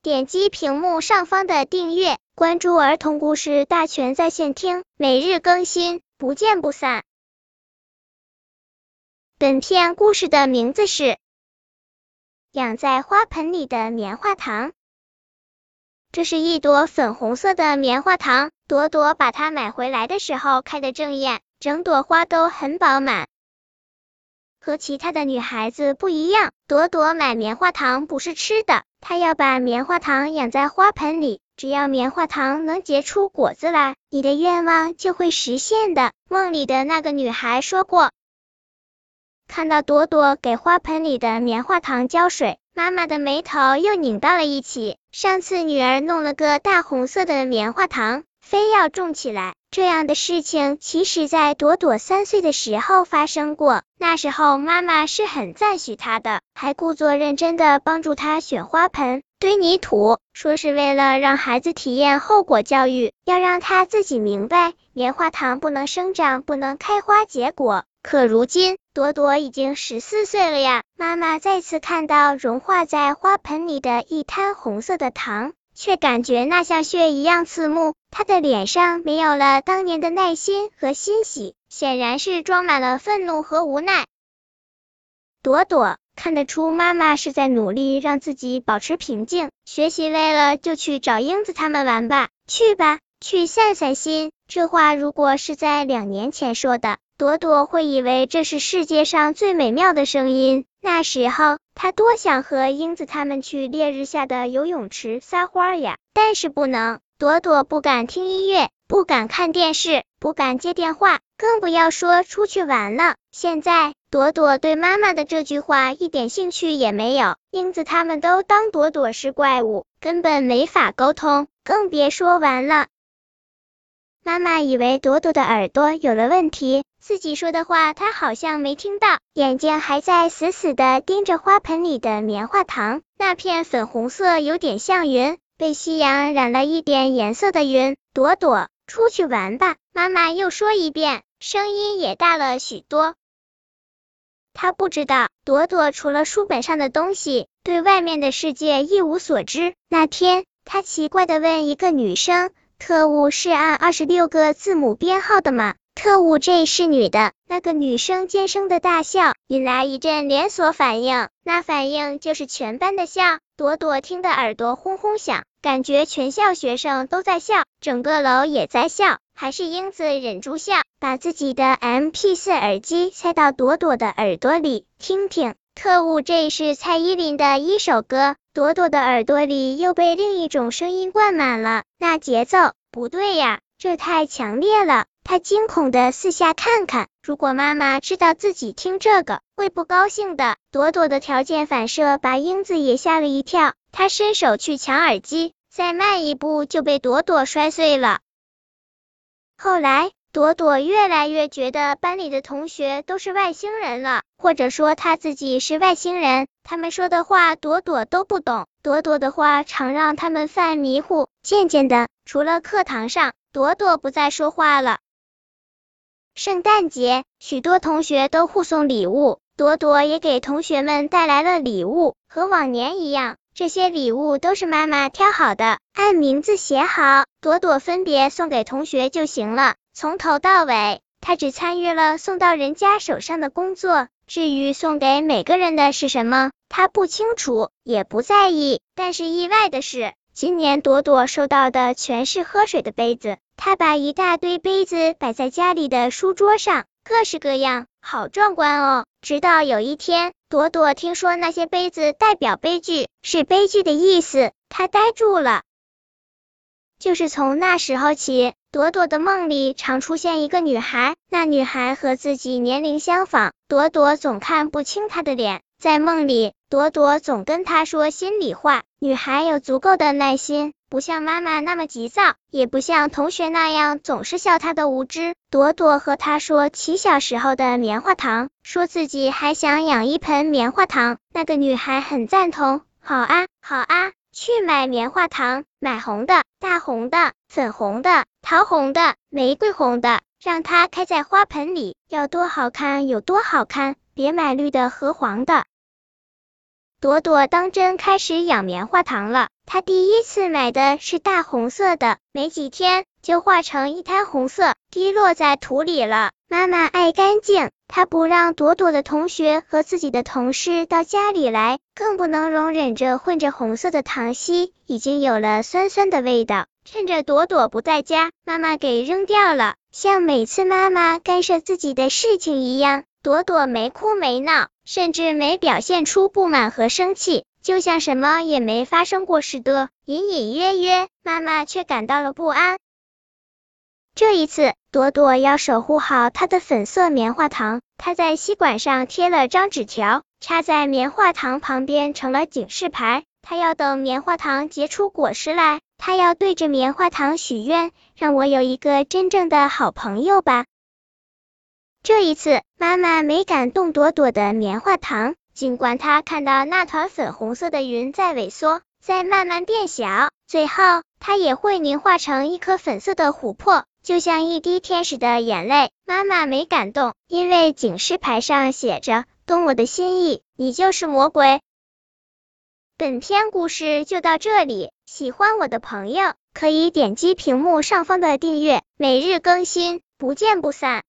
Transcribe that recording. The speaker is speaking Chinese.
点击屏幕上方的订阅，关注儿童故事大全在线听，每日更新，不见不散。本片故事的名字是养在花盆里的棉花糖。这是一朵粉红色的棉花糖，朵朵把它买回来的时候开得正艳，整朵花都很饱满。和其他的女孩子不一样，朵朵买棉花糖不是吃的，她要把棉花糖养在花盆里，只要棉花糖能结出果子来，你的愿望就会实现的。梦里的那个女孩说过。看到朵朵给花盆里的棉花糖浇水，妈妈的眉头又拧到了一起。上次女儿弄了个大红色的棉花糖，非要种起来，这样的事情其实在朵朵3岁的时候发生过，那时候妈妈是很赞许她的，还故作认真的帮助她选花盆、堆泥土，说是为了让孩子体验后果教育，要让她自己明白棉花糖不能生长，不能开花结果。可如今朵朵已经14岁了呀，妈妈再次看到融化在花盆里的一滩红色的糖，却感觉那像血一样刺目，她的脸上没有了当年的耐心和欣喜，显然是装满了愤怒和无奈。朵朵看得出妈妈是在努力让自己保持平静，学习累了就去找英子他们玩吧，去吧，去散散心。这话如果是在2年前说的，朵朵会以为这是世界上最美妙的声音，那时候她多想和英子他们去烈日下的游泳池撒欢呀，但是不能，朵朵不敢听音乐，不敢看电视，不敢接电话，更不要说出去玩了。现在朵朵对妈妈的这句话一点兴趣也没有，英子他们都当朵朵是怪物，根本没法沟通，更别说玩了。妈妈以为朵朵的耳朵有了问题，自己说的话她好像没听到，眼睛还在死死地盯着花盆里的棉花糖，那片粉红色有点像云，被夕阳染了一点颜色的云。朵朵，出去玩吧，妈妈又说一遍，声音也大了许多。她不知道，朵朵除了书本上的东西，对外面的世界一无所知。那天，她奇怪地问一个女生，特务是按26个字母编号的吗？特务 J 是女的。那个女生尖声的大笑，引来一阵连锁反应，那反应就是全班的笑。朵朵听得耳朵轰轰响，感觉全校学生都在笑，整个楼也在笑，还是英子忍住笑，把自己的 MP4 耳机塞到朵朵的耳朵里，听听。特务 J 是蔡依林的一首歌，朵朵的耳朵里又被另一种声音灌满了，那节奏不对呀，这太强烈了。她惊恐的四下看看，如果妈妈知道自己听这个，会不高兴的。朵朵的条件反射把英子也吓了一跳，她伸手去抢耳机，再慢一步就被朵朵摔碎了。后来朵朵越来越觉得班里的同学都是外星人了，或者说她自己是外星人，他们说的话朵朵都不懂，朵朵的话常让他们犯迷糊。渐渐的，除了课堂上，朵朵不再说话了。圣诞节，许多同学都互送礼物，朵朵也给同学们带来了礼物，和往年一样，这些礼物都是妈妈挑好的，按名字写好，朵朵分别送给同学就行了。从头到尾，她只参与了送到人家手上的工作，至于送给每个人的是什么，她不清楚，也不在意。但是意外的是，今年朵朵收到的全是喝水的杯子，她把一大堆杯子摆在家里的书桌上，各式各样，好壮观哦。直到有一天，朵朵听说那些杯子代表悲剧，是悲剧的意思，她呆住了。就是从那时候起，朵朵的梦里常出现一个女孩，那女孩和自己年龄相仿，朵朵总看不清她的脸。在梦里，朵朵总跟她说心里话，女孩有足够的耐心，不像妈妈那么急躁，也不像同学那样总是笑她的无知。朵朵和她说起小时候的棉花糖，说自己还想养一盆棉花糖，那个女孩很赞同，好啊，好啊，去买棉花糖，买红的、大红的、粉红的、桃红的、玫瑰红的，让它开在花盆里，要多好看有多好看，别买绿的和黄的。 朵朵当真开始养棉花糖了。她第一次买的是大红色的，没几天就化成一滩红色，滴落在土里了。妈妈爱干净，她不让朵朵的同学和自己的同事到家里来，更不能容忍着混着红色的糖稀已经有了酸酸的味道。趁着朵朵不在家，妈妈给扔掉了。像每次妈妈干涉自己的事情一样，朵朵没哭没闹，甚至没表现出不满和生气，就像什么也没发生过似的。隐隐约约，妈妈却感到了不安。这一次，朵朵要守护好她的粉色棉花糖，她在吸管上贴了张纸条，插在棉花糖旁边成了警示牌。她要等棉花糖结出果实来，她要对着棉花糖许愿，让我有一个真正的好朋友吧。这一次，妈妈没敢动朵朵的棉花糖，尽管她看到那团粉红色的云在萎缩，在慢慢变小，最后它也会凝化成一颗粉色的琥珀，就像一滴天使的眼泪。妈妈没敢动，因为警示牌上写着，动我的心意，你就是魔鬼。本篇故事就到这里，喜欢我的朋友可以点击屏幕上方的订阅，每日更新，不见不散。